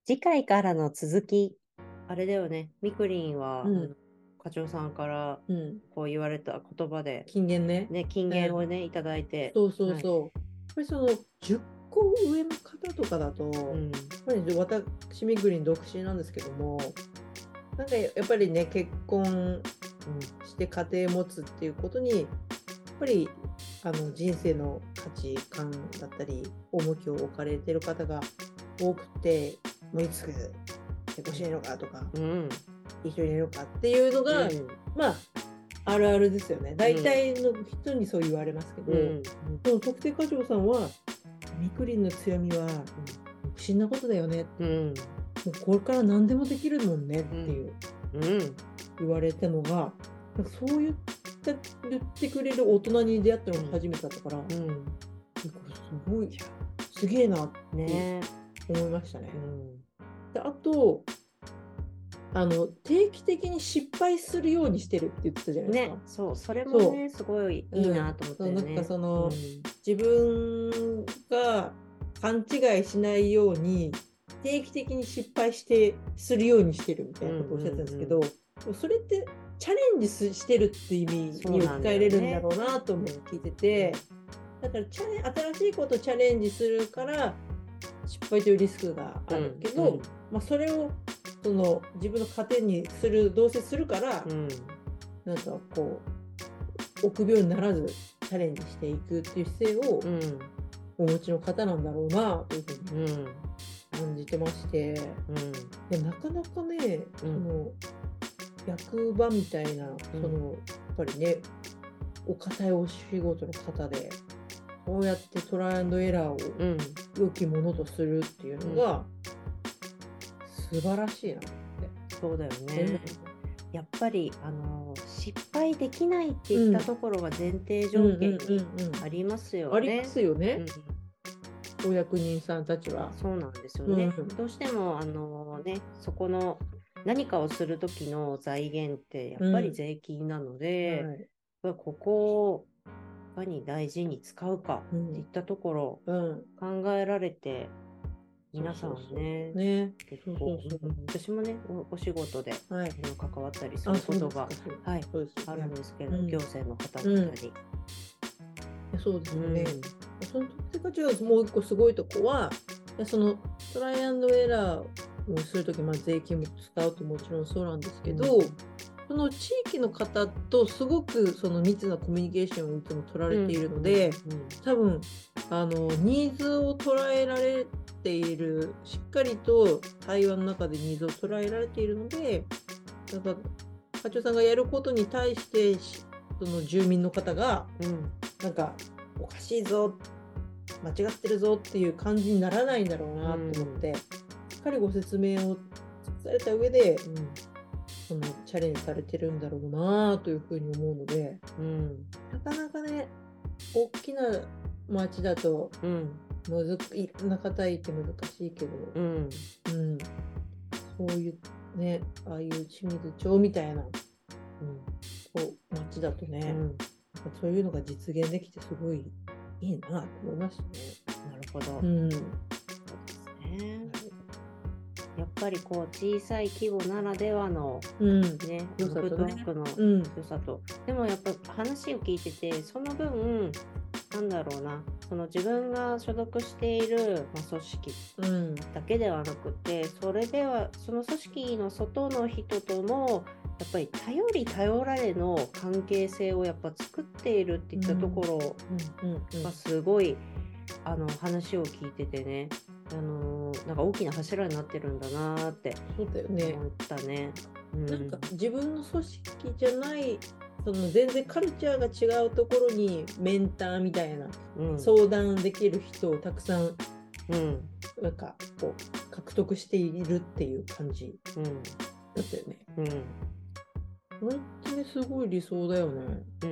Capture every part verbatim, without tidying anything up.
次回からの続き、あれだよね、みくりんは、 うんあの課長さんからうんこう言われた言葉で、 金言ね。 ね、金言をね、いただいて、 そうそうはい、 そう。やっぱりそのじゅっこ上の方とかだと、 うん、 やっぱり私みぐりん独身なんですけども、なんかやっぱりね、結婚して家庭持つっていうことに、やっぱりあの人生の価値観だったり、重きを置かれてる方が多くて、もういつ結婚しないのかとか、 うん、うん、 一緒にいるのかっていうのが、まあ、あるあるですよね。大体の人にそう言われますけど、 うん、 でも特定課長さんは、みくりんの強みは、独身なことだよね。 うん、 もうこれから何でもできるもんねっていううん、 言われたのが、なんかそう言って言ってくれる大人に出会ったのが初めてだったから、 うん、 これすごい、すげえなってね、 思いましたね。 うん、 であと、あの定期的に失敗するようにしてるって言ってたじゃないですか。 ね、そう、それもね、すごいいいなと思ったよね。 うん、なんかその、 うん、 自分が勘違いしないように定期的に失敗してするようにしてるみたいなことをおっしゃってたんですけど、 うんそれってチャレンジしてるって意味に置き換えれるんだろうなと思って聞いてて、だからチャレ新しいことをチャレンジするから失敗というリスクがあるけど、 うんうん、 まあ、それをその自分の糧にするどうせするから、 うん、 なんかこう臆病にならずチャレンジしていくっていう姿勢をお持ちの方なんだろうなというふうに感じてまして、うん、でなかなかね、うん、その役場みたいな、そのやっぱりねお堅いお仕事の方でこうやってトライアンドエラーを良きものとするっていうのが素晴らしいなって。 そうだよね。やっぱりあの失敗できないっていったところが前提条件にありますよね。 ありますよね。お役人さんたちは。 そうなんですよね。うん、どうしてもあのね、そこの何かをする時の財源ってやっぱり税金なので、うん、はい、ここをいかに大事に使うかっていったところ、うん、考えられて。皆さんね、ね結構、そうそうそう、私もねお、お仕事で、はい、関わったりすることが、はい、あるんですけど、うん、行政の方々に。うん、 そうですよね。うん、その特定価値がもう一個すごいとこは、そのトライアンドエラーをするとき、まあ、税金も使うともちろんそうなんですけど、うん、その地域の方とすごくその密なコミュニケーションをいつも取られているので、うんうんうん、多分あのニーズを捉えられている、しっかりと対話の中でニーズを捉えられているので、なんか課長さんがやることに対してその住民の方が、うん、なんかおかしいぞ、間違ってるぞっていう感じにならないんだろうなと思って、うん、しっかりご説明をされた上で、うん、そのチャレンジされてるんだろうなというふうに思うので、うん、なかなかね大きな町だと、うん、むずいろんな方いて難しいけど、うんうん、そういうね、ああいう清水町みたいな、うん、こう町だとね、うん、そういうのが実現できてすごいいいなと思いますね。 なるほど。 うん、 そうですね。やっぱりこう小さい規模ならではの、うんね、フットワークの良さと、うん、でもやっぱ話を聞いててその分なんだろうな、その自分が所属している、まあ、組織だけではなくて、うん、それではその組織の外の人ともやっぱり頼り頼られの関係性をやっぱ作っているっていったところがすごいあの話を聞いててね、あのー、なんか大きな柱になってるんだなって思ったね。 うん、なんか自分の組織じゃないその全然カルチャーが違うところにメンターみたいな、うん、相談できる人をたくさん、うん、なんかこう獲得しているっていう感じだったよね。うん、本当にすごい理想だよね。うん、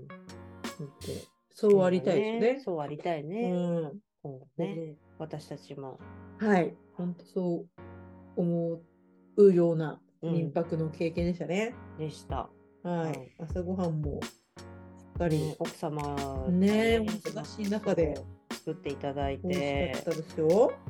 ってそうありたいですね。 そうありたいね。うんそうね、うん、私たちも。 はい、本当そう思うような民泊の経験でしたね。 うん、でした。 はい、うん、朝ごはんもしっかり、 ね、奥様ね、お忙しい中で作っていただいて美味しかったですよ。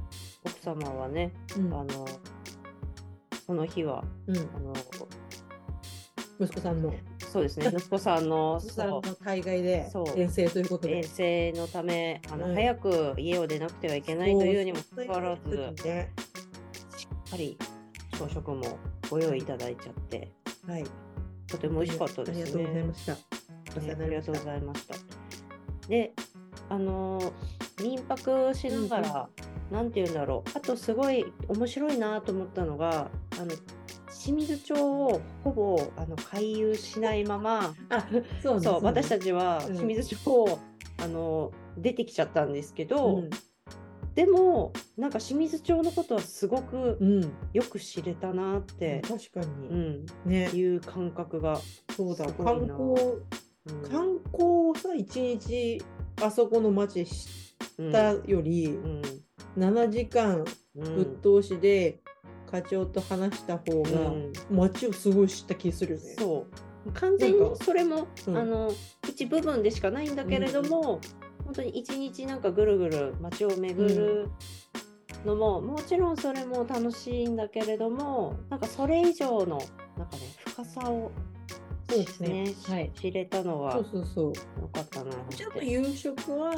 奥様はね、 うん、 あのこの日は、 うん、 あの息子さんのそうですね、息子さんの息子さんのそう海外でそう遠征ということで遠征のためあの、 うん早く家を出なくてはいけないというにもかかわらず、 ね、 しっかり朝食もご用意いただいちゃって、 はい、 とても美味しかったですね。 ありがとうございました。 ね、ありがとうございました。で、あのー、民泊しながら、うん、なんていうんだろう、あとすごい面白いなと思ったのが、あの清水町をほぼあの回遊しないまま、 あ、そう、 そう、私たちは清水町を、うん、あの出てきちゃったんですけど、うん、でもなんか清水町のことはすごくよく知れたなって、 うん、確かに、 うんね、いう感覚がそうだ、観光、うん、観光をさ一日あそこの町したより、うん、ななじかんぶっ通しで課長と話した方が街をすごい知った気するよね。 そう完全にそれも、うん、あの一部分でしかないんだけれども、うん、本当に一日なんかぐるぐる街を巡るのも、うん、もちろんそれも楽しいんだけれども、なんかそれ以上のなんかね深さをそうですね、はい、知れたのはそうそうそうよかったな。 ちょっと夕食は、うん、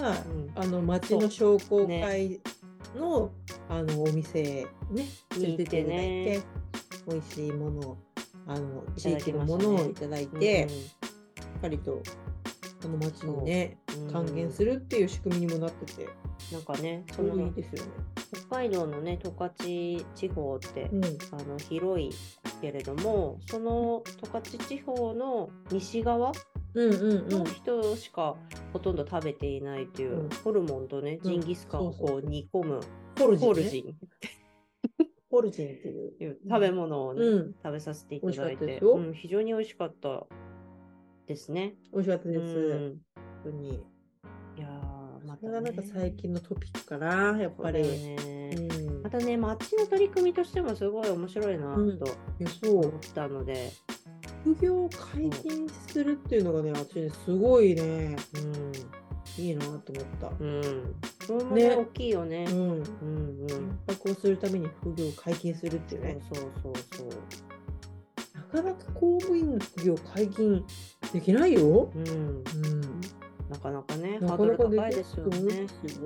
あの町の商工会の、ね、あのお店ね連れてっていただいて、ね、美味しいものをあの地域のものをいただいて、しっかりとこの町にね、うん、還元するっていう仕組みにもなってて、 なんかね、そのいいですよね。北海道のね十勝地方って、うん、あの広いけれども、その十勝地方の西側の人しかほとんど食べていないという、うん、ホルモンとねジンギスカンをこう煮込むホルジン、ね、 ホルジンホルジンっていう食べ物をね、うん、食べさせていただいて、うん、非常に美味しかったですね。 美味しかったです。うん、本当に。いやー、また、ね、 それがなんか最近のトピックかな、やっぱり。 ねうん、またね、町の取り組みとしてもすごい面白いなと思ったので。 副業を解禁するっていうのがね、私ね、すごいね、うん、いいなと思った。 うん。それもね、ね大きいよね。うん。うんうん。 民泊をするために副業を解禁するっていうね。 そうそうそうそう。 なかなか公務員の副業を解禁できないよ。うん。うん。 なかなかね、ハードル高いですよね。うん。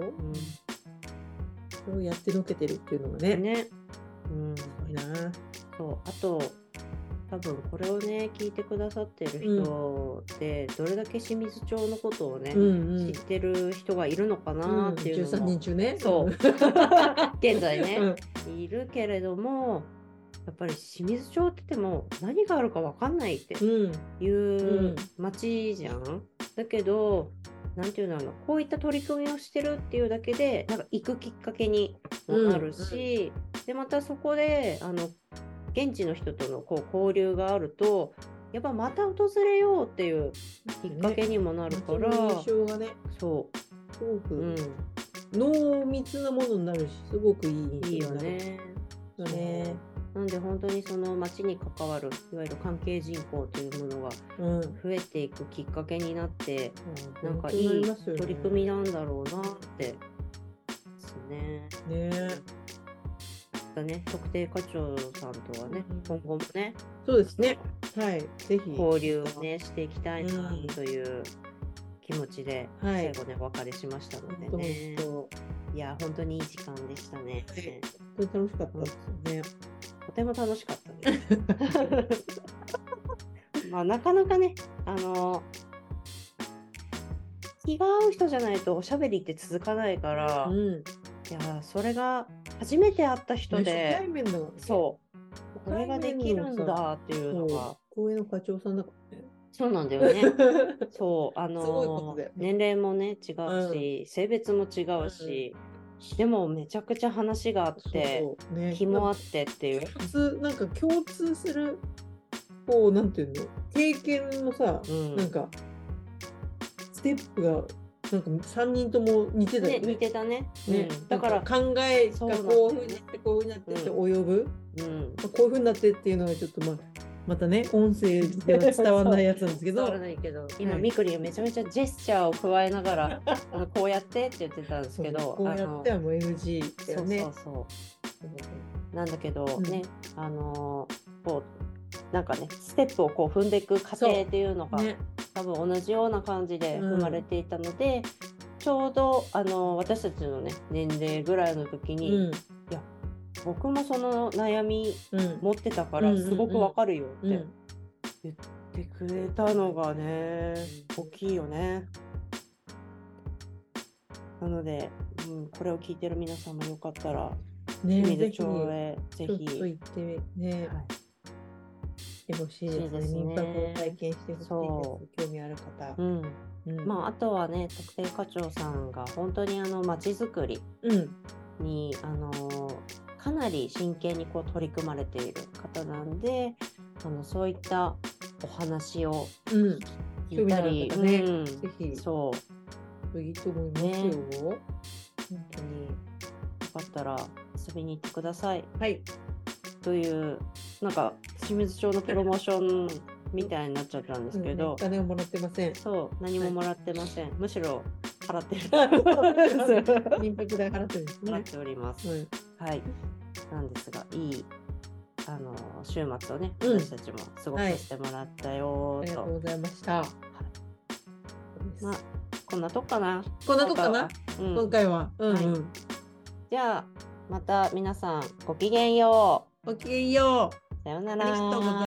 それをやってのけてるっていうのがね。 ね。うん。 すごいな。 そう。あと、多分これをね聞いてくださってる人で、うん、どれだけ清水町のことをね、うんうん、知ってる人がいるのかなっていうのも、うん、 じゅうさんにん中ねそう現在ね、うん、いるけれども、やっぱり清水町って言っても何があるか分かんないっていう町じゃん、うん、だけどなんていうのこういった取り組みをしてるっていうだけでなんか行くきっかけにもなるし、うんうん、でまたそこであの現地の人とのこう交流があるとやっぱまた訪れようっていうきっかけにもなるから、ね、 印象がねそうすごく、うん、濃密なものになるしすごくいいいいよね。ねなんで本当にその町に関わるいわゆる関係人口というものが増えていくきっかけになって、うん、なんかいい取り組みなんだろうなってですね。 ねね、特定課長さんとはね、うん、今後もねそうですねはいぜひ交流をねしていきたいなという気持ちで最後ね、はい、お別れしましたのでね、いや本当にいい時間でしたね。 本当に楽しかったですよね。 とても楽しかったですまあなかなかねあの気が合う人じゃないとおしゃべりって続かないから、うん、いやそれが初めて会った人で、 初対面だからね、 そうこれができるんだっていうのが公園の課長さんだからね。 そうなんだよねそうあのーね、年齢もね違うし、うん、性別も違うし、うん、でもめちゃくちゃ話があってね、気もあってっていう普通なんか共通するこうなんていうの経験のさ、うん、なんかステップがなんかさんにんとも似てたよね。 ね似てたね。 ね、うん、だから考えがこういうふうになってこういうふうになってって及ぶ、うん、こういうふうになってっていうのがちょっとまあまたね音声では伝わらないやつなんですけど伝わらないけど、今、 はいみくりがめちゃめちゃジェスチャーを加えながらあのこうやってって言ってたんですけど、 こうやってはもう エヌジー だよね。 そうそうそうなんだけど、 うん、 ねあのこうなんかねステップをこう踏んでいく過程っていうのが、ね、多分同じような感じで踏まれていたので、うん、ちょうどあの私たちのね年齢ぐらいの時に、うん、いや僕もその悩み持ってたからすごくわかるよって言ってくれたのがね、大きいよね。なので、うん、これを聞いてる皆さんもよかったら、 ね、 清水町へぜひちょっと行ってね、はい、ほしいですね。民泊を体験してほしいです。興味ある方。 うんうん、まあ、あとはね、特定課長さんが本当にあの街づくりに、うん、あのかなり真剣にこう取り組まれている方なんで、あのそういったお話を聞いたり、 うんねうん、 ぜひそういいと思いますよ、ね、本当によかったら遊びに行ってください。 はい。 というなんか清水町のプロモーションみたいになっちゃったんですけど、 うん、お金をもらってません。 そう、何ももらってません。はい、むしろ払ってる。 民泊代払ってるんですね。 払っております。はい。はい、なんですが、いいあの週末をね、うん、私たちも過ごさせてもらったよと、はい。 ありがとうございました。はい、 まあこんなとこかな。 こんなとこかな。うん、今回は。うんうん、はい。 じゃあまた皆さんごきげんよう。ごきげんよう。 さようなら。